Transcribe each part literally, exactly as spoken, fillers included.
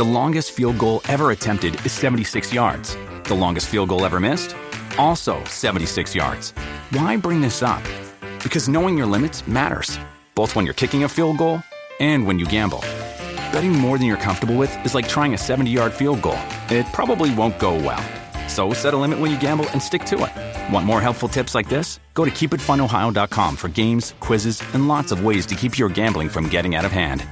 The longest field goal ever attempted is seventy-six yards. The longest field goal ever missed? Also seventy-six yards. Why bring this up? Because knowing your limits matters, both when you're kicking a field goal and when you gamble. Betting more than you're comfortable with is like trying a seventy-yard field goal. It probably won't go well. So set a limit when you gamble and stick to it. Want more helpful tips like this? Go to keep it fun ohio dot com for games, quizzes, and lots of ways to keep your gambling from getting out of hand.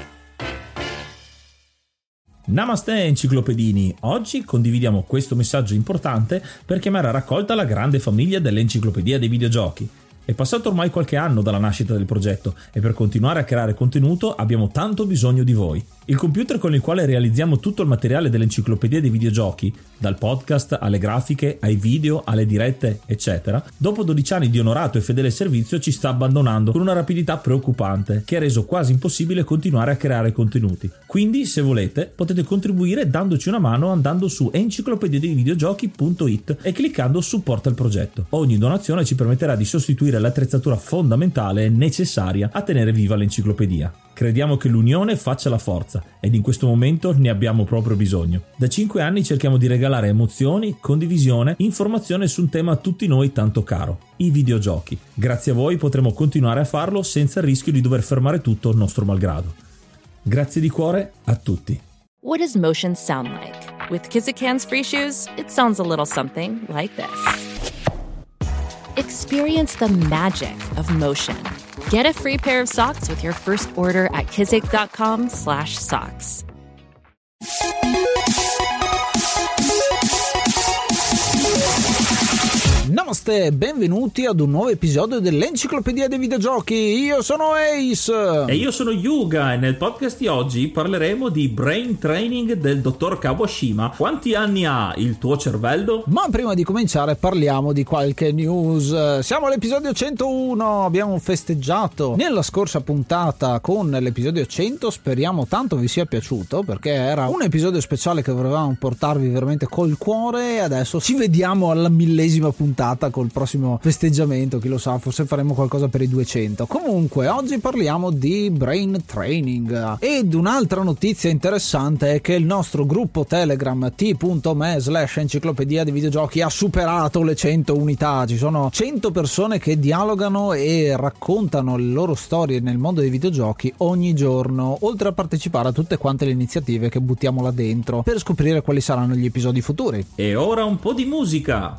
Namaste enciclopedini, oggi condividiamo questo messaggio importante per chiamare a raccolta la grande famiglia dell'Enciclopedia dei Videogiochi. È passato ormai qualche anno dalla nascita del progetto e per continuare a creare contenuto abbiamo tanto bisogno di voi. Il computer con il quale realizziamo tutto il materiale dell'Enciclopedia dei Videogiochi, dal podcast alle grafiche, ai video, alle dirette, eccetera, dopo dodici anni di onorato e fedele servizio ci sta abbandonando con una rapidità preoccupante che ha reso quasi impossibile continuare a creare contenuti. Quindi, se volete, potete contribuire dandoci una mano andando su enciclopedia dei videogiochi punto it e cliccando supporta il progetto. Ogni donazione ci permetterà di sostituire l'attrezzatura fondamentale necessaria a tenere viva l'enciclopedia. Crediamo che l'unione faccia la forza ed in questo momento ne abbiamo proprio bisogno. Da cinque anni cerchiamo di regalare emozioni, condivisione, informazione su un tema a tutti noi tanto caro, i videogiochi. Grazie a voi potremo continuare a farlo senza il rischio di dover fermare tutto nostro malgrado. Grazie di cuore a tutti. What does motion sound like? With Kizik hands-free shoes, it sounds a little something like this. Experience the magic of motion. Get a free pair of socks with your first order at kizik.com slash socks. Namaste, benvenuti ad un nuovo episodio dell'Enciclopedia dei Videogiochi. Io sono Ace e io sono Yuga e nel podcast di oggi parleremo di Brain Training del dottor Kawashima. Quanti anni ha il tuo cervello? Ma prima di cominciare parliamo di qualche news. Siamo all'episodio centouno, abbiamo festeggiato nella scorsa puntata con l'episodio cento, speriamo tanto vi sia piaciuto perché era un episodio speciale che volevamo portarvi veramente col cuore e adesso ci vediamo alla millesima puntata col prossimo festeggiamento, chi lo sa, forse faremo qualcosa per i duecento. Comunque oggi parliamo di Brain Training ed un'altra notizia interessante è che il nostro gruppo Telegram t.me slash enciclopedia dei videogiochi ha superato le cento unità. Ci sono cento persone che dialogano e raccontano le loro storie nel mondo dei videogiochi ogni giorno, oltre a partecipare a tutte quante le iniziative che buttiamo là dentro per scoprire quali saranno gli episodi futuri. E ora un po' di musica.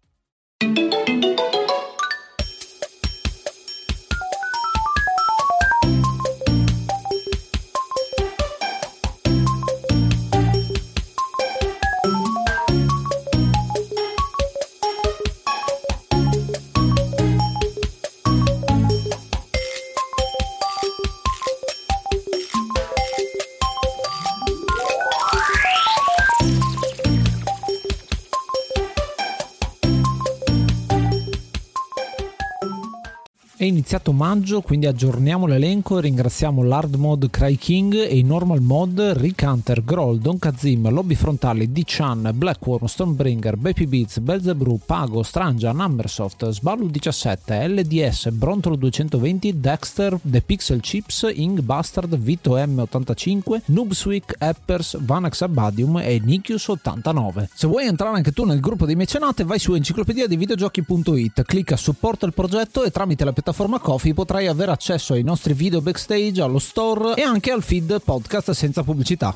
È iniziato maggio, quindi aggiorniamo l'elenco e ringraziamo l'Hard Mode Cry King e i Normal Mode Rick Hunter, Groll, Don Kazim, Lobby Frontali, D-Chan, Blackworm, Stonebringer, Baby Beats, Belzebrew, Pago, Strangia, Numbersoft, Sbalu diciassette, L D S, Brontolo duecentoventi, Dexter, The Pixel Chips, Ing Bastard, Vito M ottantacinque, Noobswick, Eppers, Vanax Abadium e Nikius ottantanove. Se vuoi entrare anche tu nel gruppo dei mecenate vai su enciclopedia dei videogiochi punto it, clicca supporta il progetto e tramite la piattaforma Ko-fi potrai avere accesso ai nostri video backstage, allo store e anche al feed podcast senza pubblicità.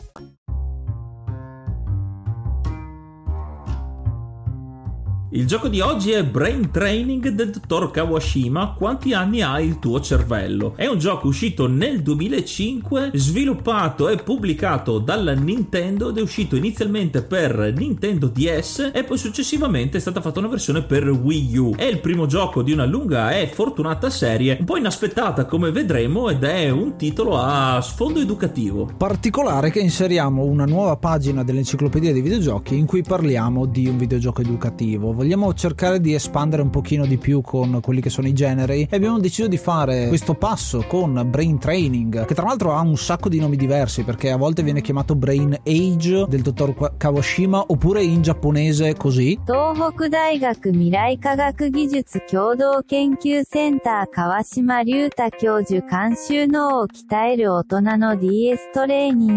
Il gioco di oggi è Brain Training del dottor Kawashima. Quanti anni ha il tuo cervello? È un gioco uscito nel duemilacinque, sviluppato e pubblicato dalla Nintendo ed è uscito inizialmente per Nintendo D S e poi successivamente è stata fatta una versione per Wii U. È il primo gioco di una lunga e fortunata serie, un po' inaspettata come vedremo, ed è un titolo a sfondo educativo. Particolare che inseriamo una nuova pagina dell'Enciclopedia dei Videogiochi in cui parliamo di un videogioco educativo. Vogliamo cercare di espandere un pochino di più con quelli che sono i generi e abbiamo deciso di fare questo passo con Brain Training, che tra l'altro ha un sacco di nomi diversi perché a volte viene chiamato Brain Age del dottor Kawashima oppure in giapponese così Tohoku Daigaku Mirai Kagaku Gijutsu Kyōdō Kenkyū Center Kawashima Ryūta Kyōju Kanshū no o kitaeru otona no D S トレーニング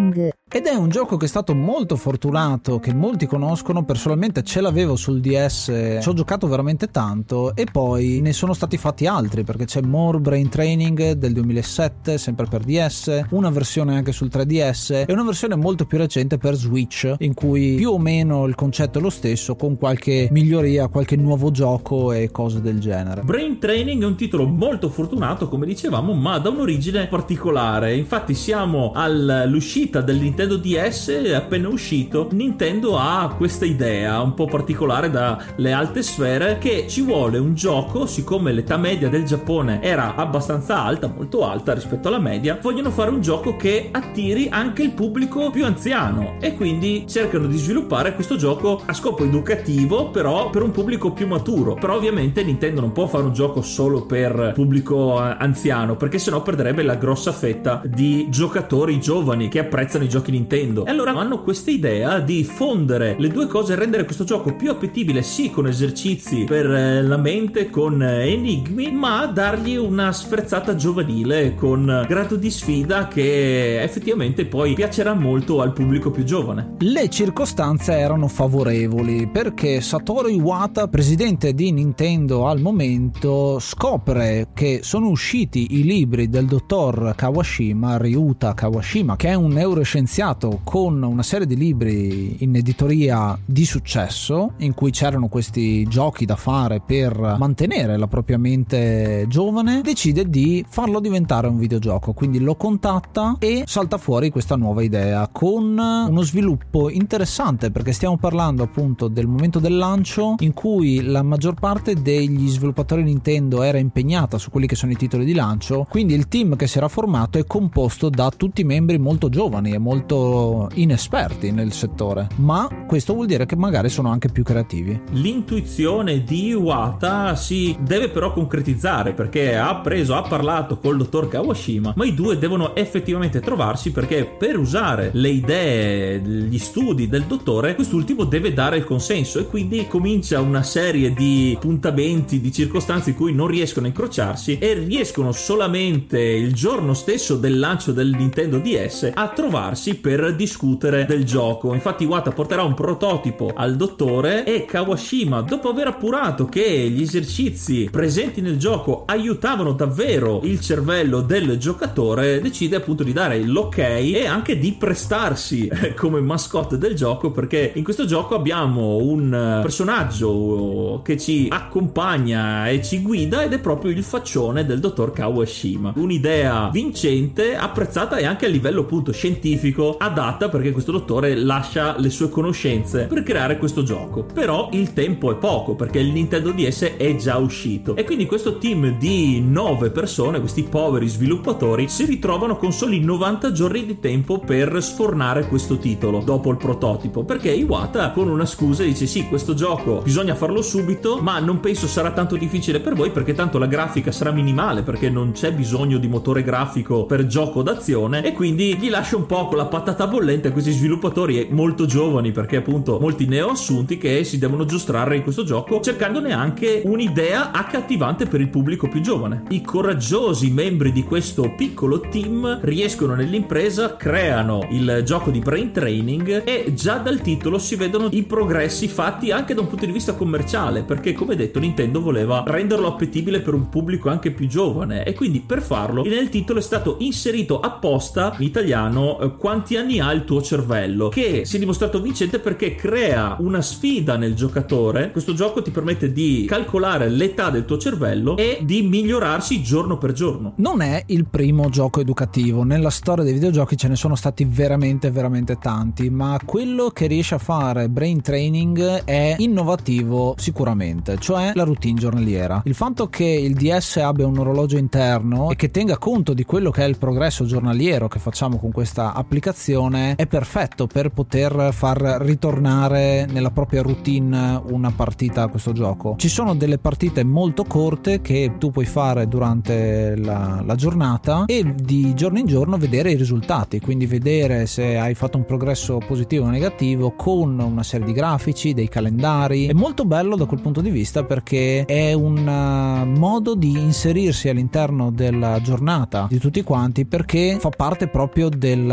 Ed è un gioco che è stato molto fortunato, che molti conoscono. Personalmente ce l'avevo sul D S, ci ho giocato veramente tanto e poi ne sono stati fatti altri, perché c'è More Brain Training del duemilasette sempre per D S, una versione anche sul tre D S e una versione molto più recente per Switch, in cui più o meno il concetto è lo stesso, con qualche miglioria, qualche nuovo gioco e cose del genere. Brain Training è un titolo molto fortunato, come dicevamo, ma da un'origine particolare. Infatti siamo all'uscita del Nintendo D S, appena uscito. Nintendo ha questa idea un po' particolare dalle alte sfere, che ci vuole un gioco, siccome l'età media del Giappone era abbastanza alta, molto alta rispetto alla media, vogliono fare un gioco che attiri anche il pubblico più anziano e quindi cercano di sviluppare questo gioco a scopo educativo, però per un pubblico più maturo. Però ovviamente Nintendo non può fare un gioco solo per pubblico anziano, perché sennò perderebbe la grossa fetta di giocatori giovani che apprezzano i giochi Nintendo. E allora hanno questa idea di fondere le due cose e rendere questo gioco più appetibile, sì, con esercizi per la mente, con enigmi, ma dargli una sferzata giovanile con grado di sfida che effettivamente poi piacerà molto al pubblico più giovane. Le circostanze erano favorevoli, perché Satoru Iwata, presidente di Nintendo al momento, scopre che sono usciti i libri del dottor Kawashima, Ryuta Kawashima, che è un neuroscienziato con una serie di libri in editoria di successo, in cui c'erano questi giochi da fare per mantenere la propria mente giovane. Decide di farlo diventare un videogioco, quindi lo contatta e salta fuori questa nuova idea con uno sviluppo interessante, perché stiamo parlando appunto del momento del lancio, in cui la maggior parte degli sviluppatori Nintendo era impegnata su quelli che sono i titoli di lancio, quindi il team che si era formato è composto da tutti membri molto giovani e molto inesperti nel settore, ma questo vuol dire che magari sono anche più creativi. L'intuizione di Iwata si deve però concretizzare, perché ha preso, ha parlato col dottor Kawashima, ma i due devono effettivamente trovarsi, perché per usare le idee, gli studi del dottore, quest'ultimo deve dare il consenso, e quindi comincia una serie di appuntamenti, di circostanze in cui non riescono a incrociarsi e riescono solamente il giorno stesso del lancio del Nintendo D S a trovarsi per discutere del gioco. Infatti Iwata porterà un prototipo al dottore e Kawashima, dopo aver appurato che gli esercizi presenti nel gioco aiutavano davvero il cervello del giocatore, decide appunto di dare l'ok e anche di prestarsi come mascotte del gioco, perché in questo gioco abbiamo un personaggio che ci accompagna e ci guida ed è proprio il faccione del dottor Kawashima. Un'idea vincente, apprezzata e anche a livello appunto scientifico adatta, perché questo dottore lascia le sue conoscenze per creare questo gioco. Però il tempo è poco, perché il Nintendo D S è già uscito e quindi questo team di nove persone, questi poveri sviluppatori, si ritrovano con soli novanta giorni di tempo per sfornare questo titolo dopo il prototipo, perché Iwata con una scusa dice: sì, questo gioco bisogna farlo subito, ma non penso sarà tanto difficile per voi, perché tanto la grafica sarà minimale, perché non c'è bisogno di motore grafico per gioco d'azione, e quindi gli lascia un po' con la patata bollente a questi sviluppatori molto giovani, perché appunto molti neoassunti, che si devono giostrare in questo gioco cercandone anche un'idea accattivante per il pubblico più giovane. I coraggiosi membri di questo piccolo team riescono nell'impresa, creano il gioco di Brain Training e già dal titolo si vedono i progressi fatti anche da un punto di vista commerciale, perché come detto Nintendo voleva renderlo appetibile per un pubblico anche più giovane, e quindi per farlo nel titolo è stato inserito apposta in italiano eh, quanti anni ha il tuo cervello, che si è dimostrato vincente perché crea una sfida nel giocatore. Questo gioco ti permette di calcolare l'età del tuo cervello e di migliorarsi giorno per giorno. Non è il primo gioco educativo, nella storia dei videogiochi ce ne sono stati veramente veramente tanti, ma quello che riesce a fare Brain Training è innovativo sicuramente, cioè la routine giornaliera. Il fatto che il D S abbia un orologio interno e che tenga conto di quello che è il progresso giornaliero che facciamo con questa applicazione è perfetto per poter far ritornare nella propria routine una partita a questo gioco. Ci sono delle partite molto corte che tu puoi fare durante la, la giornata e di giorno in giorno vedere i risultati, quindi vedere se hai fatto un progresso positivo o negativo con una serie di grafici, dei calendari. È molto bello da quel punto di vista, perché è un modo di inserirsi all'interno della giornata di tutti quanti, perché fa parte proprio del target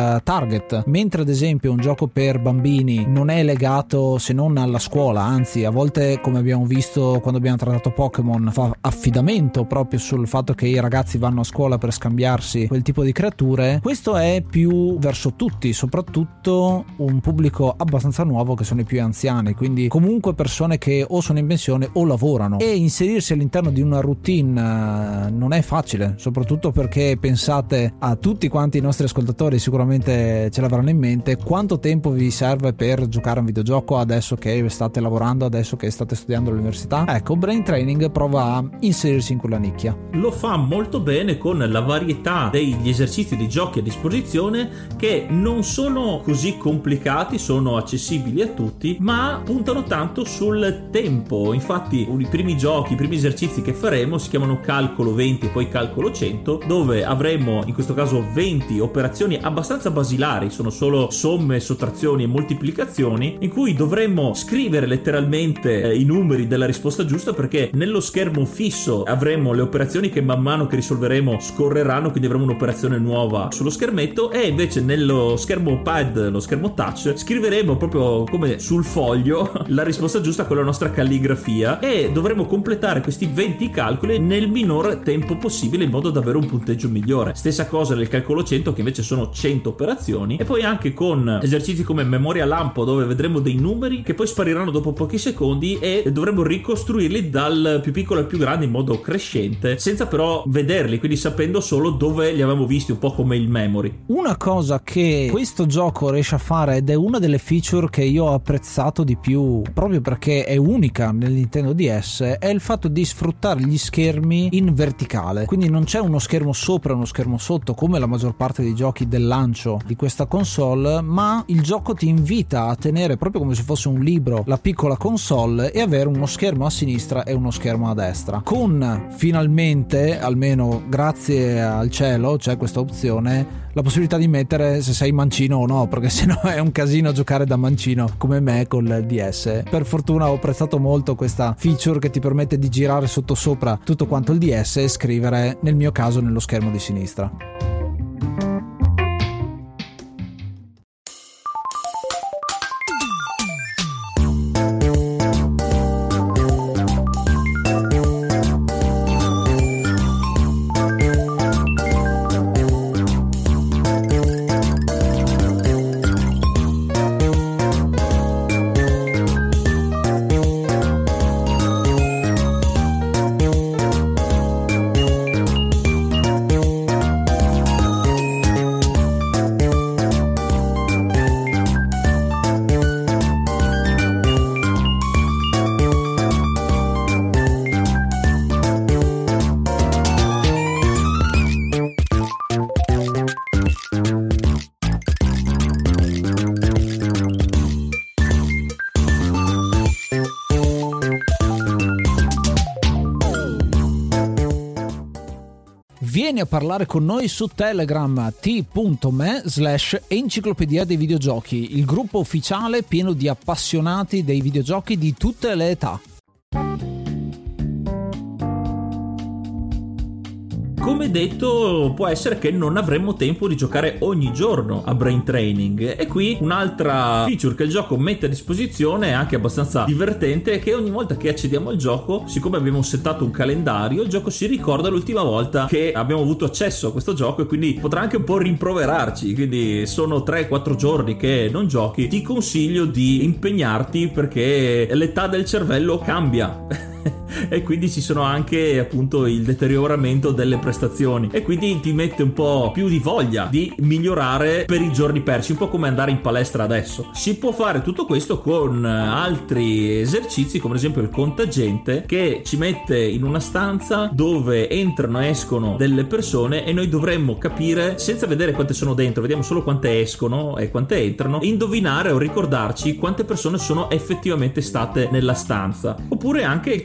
target, mentre ad esempio un gioco per bambini non è legato se non alla scuola, anzi a volte, come abbiamo visto quando abbiamo trattato Pokémon, fa affidamento proprio sul fatto che i ragazzi vanno a scuola per scambiarsi quel tipo di creature. Questo è più verso tutti, soprattutto un pubblico abbastanza nuovo che sono i più anziani, quindi comunque persone che o sono in pensione o lavorano, e inserirsi all'interno di una routine non è facile, soprattutto perché pensate a tutti quanti i nostri ascoltatori, sicuramente ce l'avranno in mente, quanto tempo vi serve per giocare a un videogioco adesso che state lavorando, adesso che state studiando all'università. Ecco, Brain Training prova a inserirsi in quella nicchia. Lo fa molto bene con la varietà degli esercizi di giochi a disposizione, che non sono così complicati, sono accessibili a tutti, ma puntano tanto sul tempo. Infatti i primi giochi, i primi esercizi che faremo si chiamano calcolo venti e poi calcolo cento, dove avremo in questo caso venti operazioni abbastanza basilari, sono solo somme, sottrazioni e moltiplicazioni, in cui dovremmo scrivere letteralmente eh, i numeri della risposta giusta, perché nello schermo fisso avremo le operazioni che man mano che risolveremo scorreranno, quindi avremo un'operazione nuova sullo schermetto, e invece nello schermo pad, lo schermo touch, scriveremo proprio come sul foglio la risposta giusta con la nostra calligrafia, e dovremo completare questi venti calcoli nel minor tempo possibile in modo da avere un punteggio migliore. Stessa cosa nel calcolo cento, che invece sono cento operazioni, e poi anche con esercizi come memoria lampo, dove vedremo dei numeri che poi spariranno dopo pochi secondi e dovremo ricostruirli dal più piccolo al più grande in modo crescente, senza però vederli, quindi sapendo solo dove li avevamo visti, un po' come il memory. Una cosa che questo gioco riesce a fare, ed è una delle feature che io ho apprezzato di più proprio perché è unica nel Nintendo D S, è il fatto di sfruttare gli schermi in verticale, quindi non c'è uno schermo sopra e uno schermo sotto come la maggior parte dei giochi del lancio di questa console, ma il gioco ti invita a tenere proprio come se fosse un libro la piccola console e avere uno schermo a sinistra e uno schermo a destra, con finalmente, almeno grazie al cielo, c'è questa opzione, la possibilità di mettere se sei mancino o no, perché sennò è un casino giocare da mancino come me col D S. Per fortuna ho apprezzato molto questa feature che ti permette di girare sottosopra tutto quanto il D S e scrivere, nel mio caso, nello schermo di sinistra. Vieni a parlare con noi su Telegram, t.me slash enciclopedia dei videogiochi, il gruppo ufficiale pieno di appassionati dei videogiochi di tutte le età. Come detto, può essere che non avremmo tempo di giocare ogni giorno a Brain Training, e qui un'altra feature che il gioco mette a disposizione è anche abbastanza divertente, è che ogni volta che accediamo al gioco, siccome abbiamo settato un calendario, il gioco si ricorda l'ultima volta che abbiamo avuto accesso a questo gioco e quindi potrà anche un po' rimproverarci. Quindi sono tre quattro giorni che non giochi, ti consiglio di impegnarti perché l'età del cervello cambia e quindi ci sono anche appunto il deterioramento delle prestazioni, e quindi ti mette un po' più di voglia di migliorare per i giorni persi, un po' come andare in palestra adesso. Si può fare tutto questo con altri esercizi, come ad esempio il contagente, che ci mette in una stanza dove entrano e escono delle persone e noi dovremmo capire, senza vedere quante sono dentro, vediamo solo quante escono e quante entrano, indovinare o ricordarci quante persone sono effettivamente state nella stanza. Oppure anche il calcolo del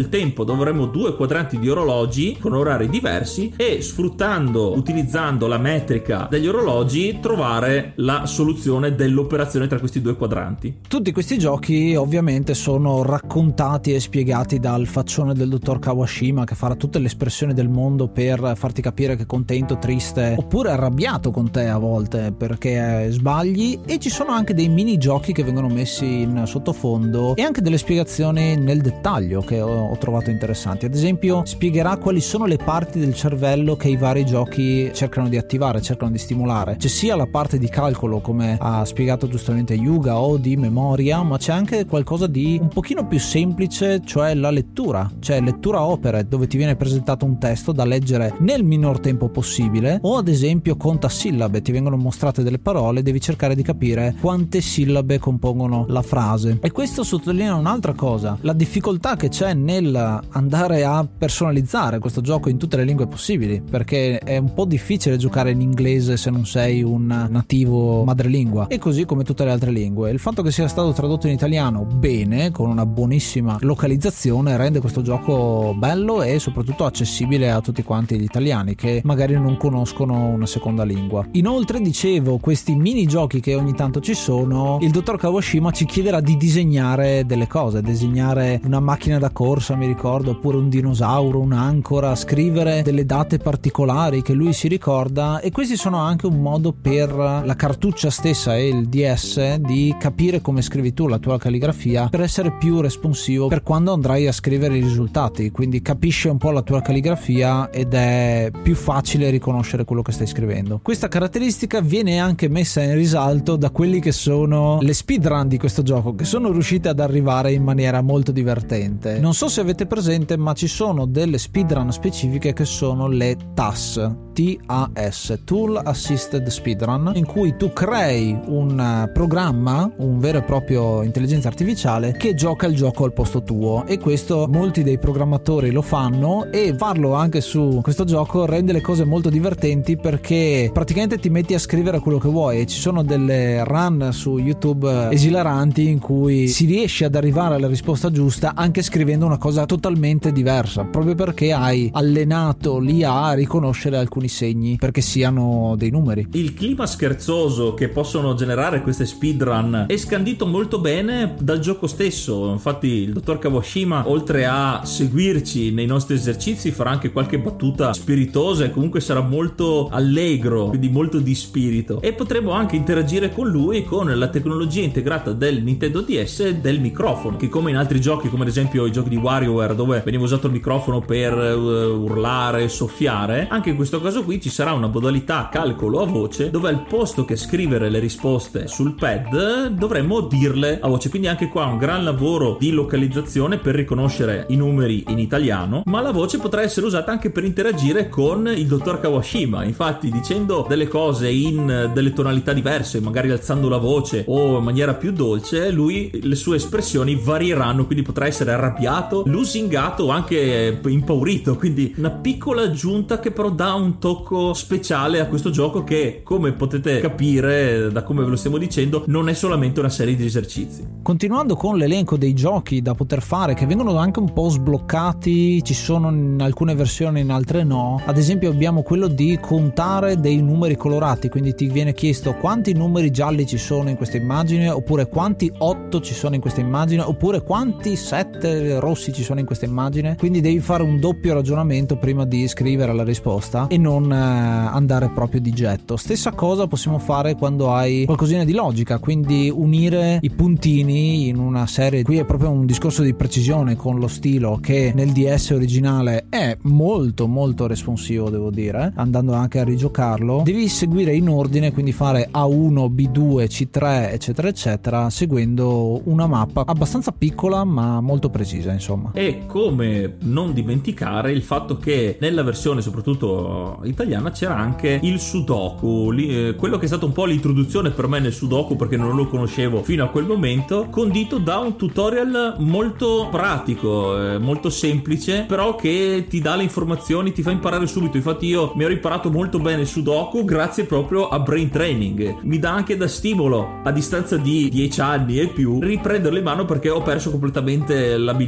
del tempo dove avremo due quadranti di orologi con orari diversi e sfruttando, utilizzando la metrica degli orologi, trovare la soluzione dell'operazione tra questi due quadranti. Tutti questi giochi ovviamente sono raccontati e spiegati dal faccione del dottor Kawashima, che farà tutte le espressioni del mondo per farti capire che è contento, triste oppure arrabbiato con te a volte perché sbagli, e ci sono anche dei mini giochi che vengono messi in sottofondo e anche delle spiegazioni nel dettaglio che ho, ho trovato interessanti. Ad esempio spiegherà quali sono le parti del cervello che i vari giochi cercano di attivare, cercano di stimolare. C'è sia la parte di calcolo, come ha spiegato giustamente Yuga, o di memoria, ma c'è anche qualcosa di un pochino più semplice, cioè la lettura, cioè lettura opere, dove ti viene presentato un testo da leggere nel minor tempo possibile, o ad esempio contasillabe, ti vengono mostrate delle parole, devi cercare di capire quante sillabe compongono la frase. E questo sottolinea un'altra cosa, la difficoltà che c'è nel andare a personalizzare questo gioco in tutte le lingue possibili, perché è un po' difficile giocare in inglese se non sei un nativo madrelingua, e così come tutte le altre lingue. Il fatto che sia stato tradotto in italiano bene, con una buonissima localizzazione, rende questo gioco bello e soprattutto accessibile a tutti quanti gli italiani che magari non conoscono una seconda lingua. Inoltre, dicevo, questi mini giochi che ogni tanto ci sono, il dottor Kawashima ci chiederà di disegnare delle cose, disegnare una macchina da corsa, mi ricordo, oppure un dinosauro, un'ancora, scrivere delle date particolari che lui si ricorda, e questi sono anche un modo per la cartuccia stessa e il D S di capire come scrivi tu la tua calligrafia, per essere più responsivo per quando andrai a scrivere i risultati, quindi capisce un po' la tua calligrafia ed è più facile riconoscere quello che stai scrivendo. Questa caratteristica viene anche messa in risalto da quelli che sono le speedrun di questo gioco, che sono riuscite ad arrivare in maniera molto divertente. Non so se avete presente, ma ci sono delle speedrun specifiche che sono le T A S, T A S, Tool Assisted Speedrun, in cui tu crei un programma, un vero e proprio intelligenza artificiale che gioca il gioco al posto tuo, e questo molti dei programmatori lo fanno, e farlo anche su questo gioco rende le cose molto divertenti, perché praticamente ti metti a scrivere quello che vuoi e ci sono delle run su YouTube esilaranti in cui si riesce ad arrivare alla risposta giusta anche scrivendo una cosa totalmente diversa, proprio perché hai allenato l'I A a riconoscere alcuni segni perché siano dei numeri. Il clima scherzoso che possono generare queste speedrun è scandito molto bene dal gioco stesso. Infatti il dottor Kawashima, oltre a seguirci nei nostri esercizi, farà anche qualche battuta spiritosa e comunque sarà molto allegro, quindi molto di spirito, e potremo anche interagire con lui con la tecnologia integrata del Nintendo D S e del microfono, che come in altri giochi, come ad esempio i giochi di WarioWare dove veniva usato il microfono per uh, urlare, soffiare, anche in questo caso qui ci sarà una modalità calcolo a voce, dove al posto che scrivere le risposte sul pad dovremmo dirle a voce. Quindi anche qua un gran lavoro di localizzazione per riconoscere i numeri in italiano, ma la voce potrà essere usata anche per interagire con il dottor Kawashima. Infatti dicendo delle cose in delle tonalità diverse, magari alzando la voce o in maniera più dolce, lui, le sue espressioni varieranno, quindi potrà essere arrabbiato, lusingato o anche impaurito. Quindi una piccola aggiunta che però dà un tocco speciale a questo gioco che, come potete capire da come ve lo stiamo dicendo, non è solamente una serie di esercizi. Continuando con l'elenco dei giochi da poter fare, che vengono anche un po' sbloccati, ci sono in alcune versioni, in altre no. Ad esempio abbiamo quello di contare dei numeri colorati, quindi ti viene chiesto quanti numeri gialli ci sono in questa immagine, oppure quanti otto ci sono in questa immagine, oppure quanti sette rossi ci sono in questa immagine. Quindi devi fare un doppio ragionamento prima di scrivere la risposta e non eh, andare proprio di getto. Stessa cosa possiamo fare quando hai qualcosina di logica, quindi unire i puntini in una serie. Qui è proprio un discorso di precisione con lo stilo, che nel D S originale è molto molto responsivo, devo dire, andando anche a rigiocarlo. Devi seguire in ordine, quindi fare A uno, B due, C tre eccetera eccetera, seguendo una mappa abbastanza piccola ma molto precisa, insomma. E come non dimenticare il fatto che nella versione soprattutto italiana c'era anche il Sudoku, eh, quello che è stato un po' l'introduzione per me nel Sudoku, perché non lo conoscevo fino a quel momento, condito da un tutorial molto pratico, eh, molto semplice, però che ti dà le informazioni, ti fa imparare subito. Infatti io mi ero imparato molto bene il Sudoku grazie proprio a Brain Training. Mi dà anche da stimolo, a distanza di dieci anni e più, riprenderlo in mano, perché ho perso completamente l'abilità di fare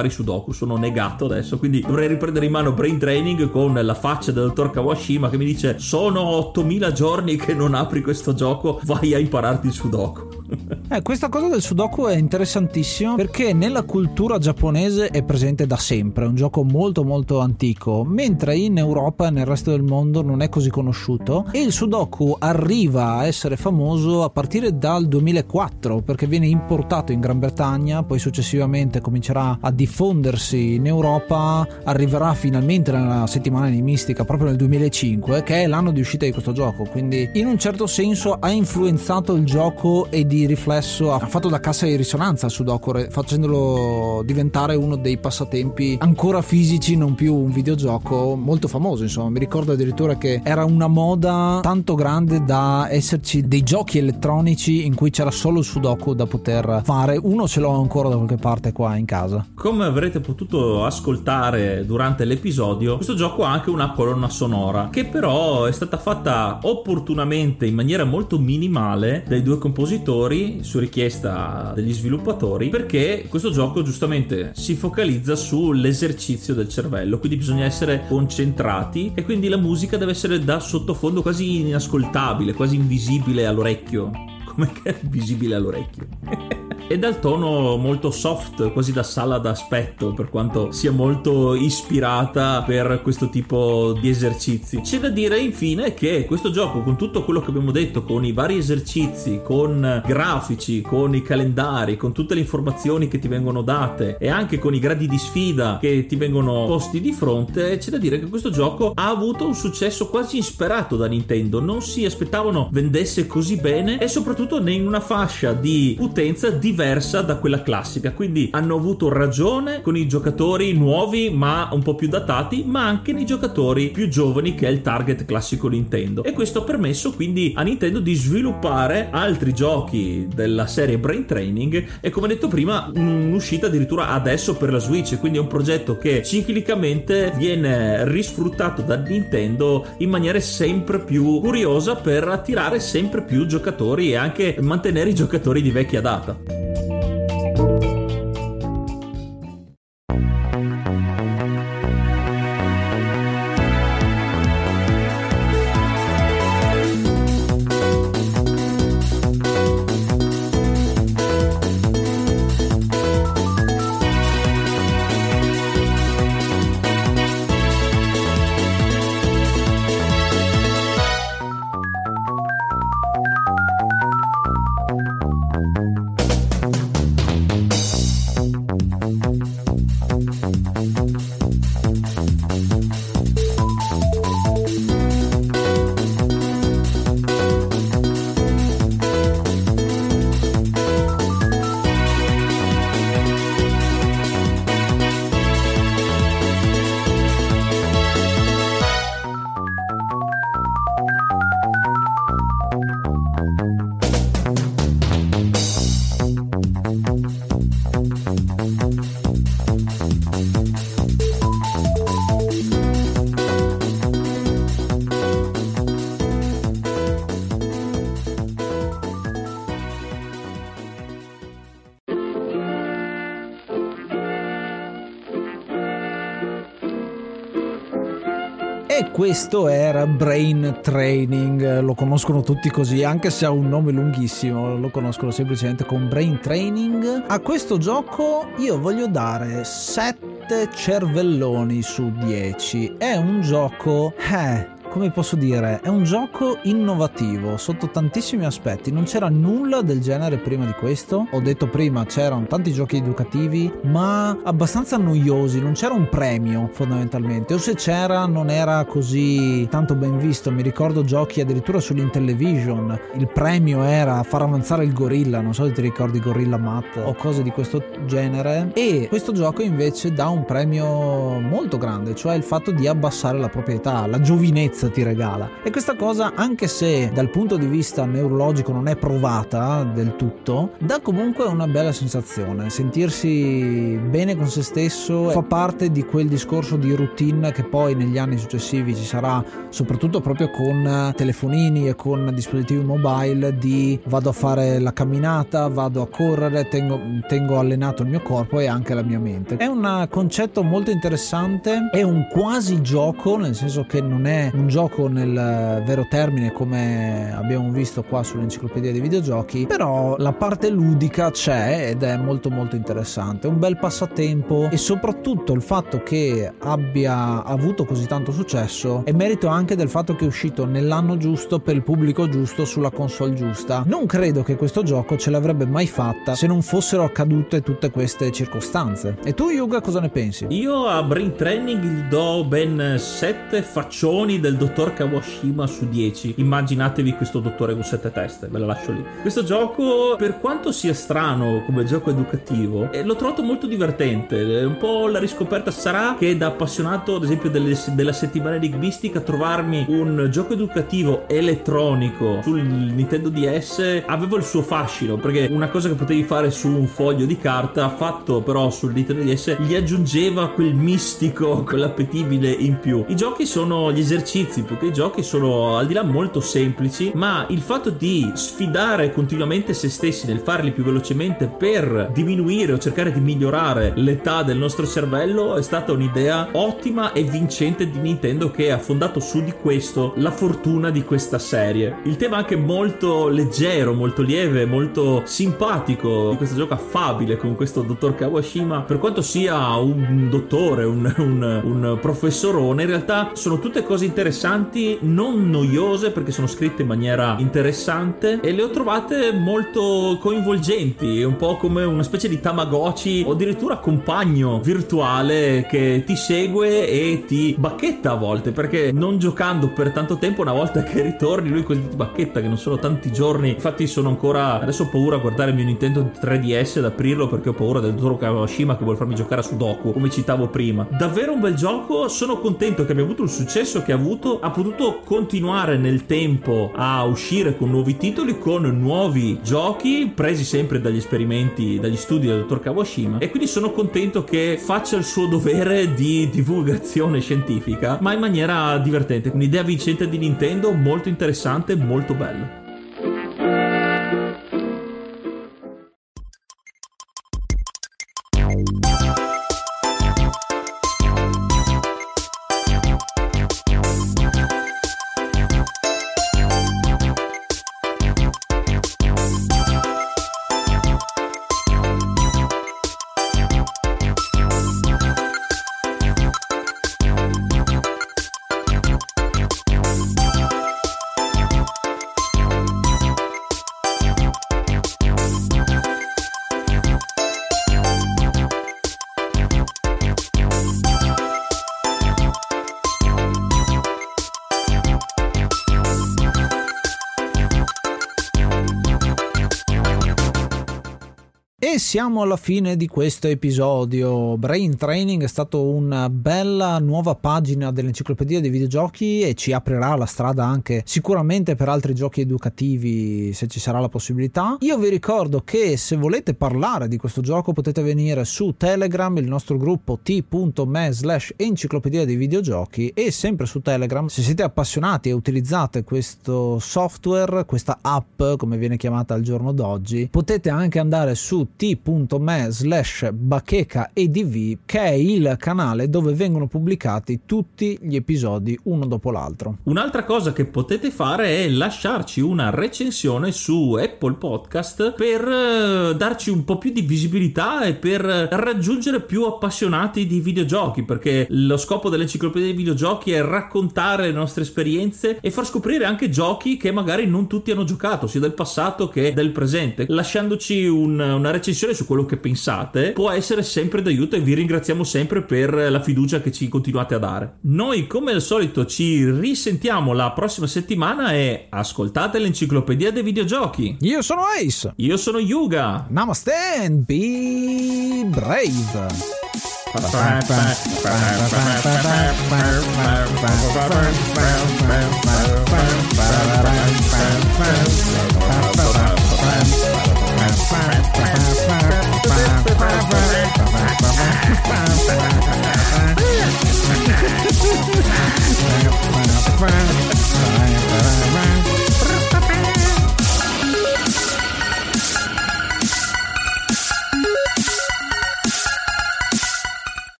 fare i sudoku, sono negato adesso, quindi dovrei riprendere in mano Brain Training con la faccia del dottor Kawashima che mi dice: sono ottomila giorni che non apri questo gioco, vai a impararti il sudoku. Eh, questa cosa del sudoku è interessantissima perché nella cultura giapponese è presente da sempre, è un gioco molto molto antico, mentre in Europa e nel resto del mondo non è così conosciuto, e il sudoku arriva a essere famoso a partire dal duemilaquattro perché viene importato in Gran Bretagna, poi successivamente comincerà a diffondersi in Europa, arriverà finalmente nella settimana animistica proprio nel duemilacinque, che è l'anno di uscita di questo gioco, quindi in un certo senso ha influenzato il gioco e di riflesso ha fatto da cassa di risonanza al sudoku, facendolo diventare uno dei passatempi ancora fisici, non più un videogioco molto famoso. Insomma, mi ricordo addirittura che era una moda tanto grande da esserci dei giochi elettronici in cui c'era solo il sudoku da poter fare. Uno ce l'ho ancora da qualche parte qua in casa. Come avrete potuto ascoltare durante l'episodio, questo gioco ha anche una colonna sonora che però è stata fatta opportunamente in maniera molto minimale dai due compositori su richiesta degli sviluppatori, perché questo gioco giustamente si focalizza sull'esercizio del cervello, quindi bisogna essere concentrati e quindi la musica deve essere da sottofondo quasi inascoltabile, quasi invisibile all'orecchio. Come che è visibile all'orecchio? E dal tono molto soft, quasi da sala d'aspetto, per quanto sia molto ispirata per questo tipo di esercizi. C'è da dire infine che questo gioco, con tutto quello che abbiamo detto, con i vari esercizi, con grafici, con i calendari, con tutte le informazioni che ti vengono date e anche con i gradi di sfida che ti vengono posti di fronte, c'è da dire che questo gioco ha avuto un successo quasi insperato da Nintendo. Non si aspettavano vendesse così bene e soprattutto in una fascia di utenza diversa da quella classica, quindi hanno avuto ragione con i giocatori nuovi ma un po' più datati, ma anche nei giocatori più giovani, che è il target classico Nintendo, e questo ha permesso quindi a Nintendo di sviluppare altri giochi della serie Brain Training e, come detto prima, un'uscita addirittura adesso per la Switch, quindi è un progetto che ciclicamente viene risfruttato da Nintendo in maniera sempre più curiosa per attirare sempre più giocatori e anche mantenere i giocatori di vecchia data. E questo era Brain Training, lo conoscono tutti così, anche se ha un nome lunghissimo, lo conoscono semplicemente con Brain Training. A questo gioco io voglio dare sette cervelloni su dieci. È un gioco... eh... come posso dire, è un gioco innovativo sotto tantissimi aspetti. Non c'era nulla del genere prima di questo. Ho detto prima, c'erano tanti giochi educativi ma abbastanza noiosi, non c'era un premio fondamentalmente, o se c'era non era così tanto ben visto. Mi ricordo giochi addirittura sull'Intellivision, il premio era far avanzare il gorilla, non so se ti ricordi Gorilla Matt o cose di questo genere, e questo gioco invece dà un premio molto grande, cioè il fatto di abbassare la propria età, la giovinezza bellezza ti regala. E questa cosa, anche se dal punto di vista neurologico non è provata del tutto, dà comunque una bella sensazione. Sentirsi bene con se stesso fa parte di quel discorso di routine che poi negli anni successivi ci sarà, soprattutto proprio con telefonini e con dispositivi mobile, di vado a fare la camminata, vado a correre, tengo, tengo allenato il mio corpo e anche la mia mente. È un concetto molto interessante, è un quasi gioco, nel senso che non è un gioco nel vero termine come abbiamo visto qua sull'enciclopedia dei videogiochi, però la parte ludica c'è ed è molto molto interessante, un bel passatempo, e soprattutto il fatto che abbia avuto così tanto successo è merito anche del fatto che è uscito nell'anno giusto per il pubblico giusto sulla console giusta. Non credo che questo gioco ce l'avrebbe mai fatta se non fossero accadute tutte queste circostanze. E tu, Yuga, cosa ne pensi? Io a Brain Training gli do ben sette faccioni del dottor Kawashima su dieci. Immaginatevi questo dottore con sette teste, ve la lascio lì. Questo gioco, per quanto sia strano come gioco educativo, eh, l'ho trovato molto divertente. È un po' la riscoperta. Sarà che da appassionato ad esempio delle, della settimana enigmistica, trovarmi un gioco educativo elettronico sul Nintendo D S avevo il suo fascino, perché una cosa che potevi fare su un foglio di carta, fatto però sul Nintendo D S, gli aggiungeva quel mistico, quell'appetibile in più. I giochi sono gli esercizi, perché i giochi sono al di là molto semplici, ma il fatto di sfidare continuamente se stessi nel farli più velocemente per diminuire o cercare di migliorare l'età del nostro cervello è stata un'idea ottima e vincente di Nintendo, che ha fondato su di questo la fortuna di questa serie. Il tema anche molto leggero, molto lieve, molto simpatico di questo gioco affabile con questo dottor Kawashima, per quanto sia un dottore, un, un, un professorone, in realtà sono tutte cose interessanti, non noiose perché sono scritte in maniera interessante, e le ho trovate molto coinvolgenti, un po' come una specie di Tamagotchi o addirittura compagno virtuale che ti segue e ti bacchetta a volte, perché non giocando per tanto tempo, una volta che ritorni lui così ti bacchetta, che non sono tanti giorni. Infatti sono ancora, adesso ho paura a guardare il mio Nintendo tre D S ad aprirlo, perché ho paura del dottor Kawashima che vuole farmi giocare a Sudoku, come citavo prima. Davvero un bel gioco, sono contento che abbia avuto il successo che ha avuto, ha potuto continuare nel tempo a uscire con nuovi titoli, con nuovi giochi presi sempre dagli esperimenti, dagli studi del dottor Kawashima, e quindi sono contento che faccia il suo dovere di divulgazione scientifica, ma in maniera divertente. Un'idea vincente di Nintendo, molto interessante, molto bello. E siamo alla fine di questo episodio. Brain Training è stato una bella nuova pagina dell'enciclopedia dei videogiochi e ci aprirà la strada anche sicuramente per altri giochi educativi, se ci sarà la possibilità. Io vi ricordo che se volete parlare di questo gioco potete venire su Telegram, il nostro gruppo t.me slash enciclopedia dei videogiochi, e sempre su Telegram, se siete appassionati e utilizzate questo software, questa app come viene chiamata al giorno d'oggi, potete anche andare su t.me slash bacheca edv, che è il canale dove vengono pubblicati tutti gli episodi uno dopo l'altro. Un'altra cosa che potete fare è lasciarci una recensione su Apple Podcast per darci un po' più di visibilità e per raggiungere più appassionati di videogiochi, perché lo scopo dell'enciclopedia dei videogiochi è raccontare le nostre esperienze e far scoprire anche giochi che magari non tutti hanno giocato, sia del passato che del presente. Lasciandoci un, una recensione su quello che pensate può essere sempre d'aiuto, e vi ringraziamo sempre per la fiducia che ci continuate a dare. Noi come al solito ci risentiamo la prossima settimana e ascoltate l'enciclopedia dei videogiochi. Io sono Ace. Io sono Yuga. Namaste and be brave. Bye.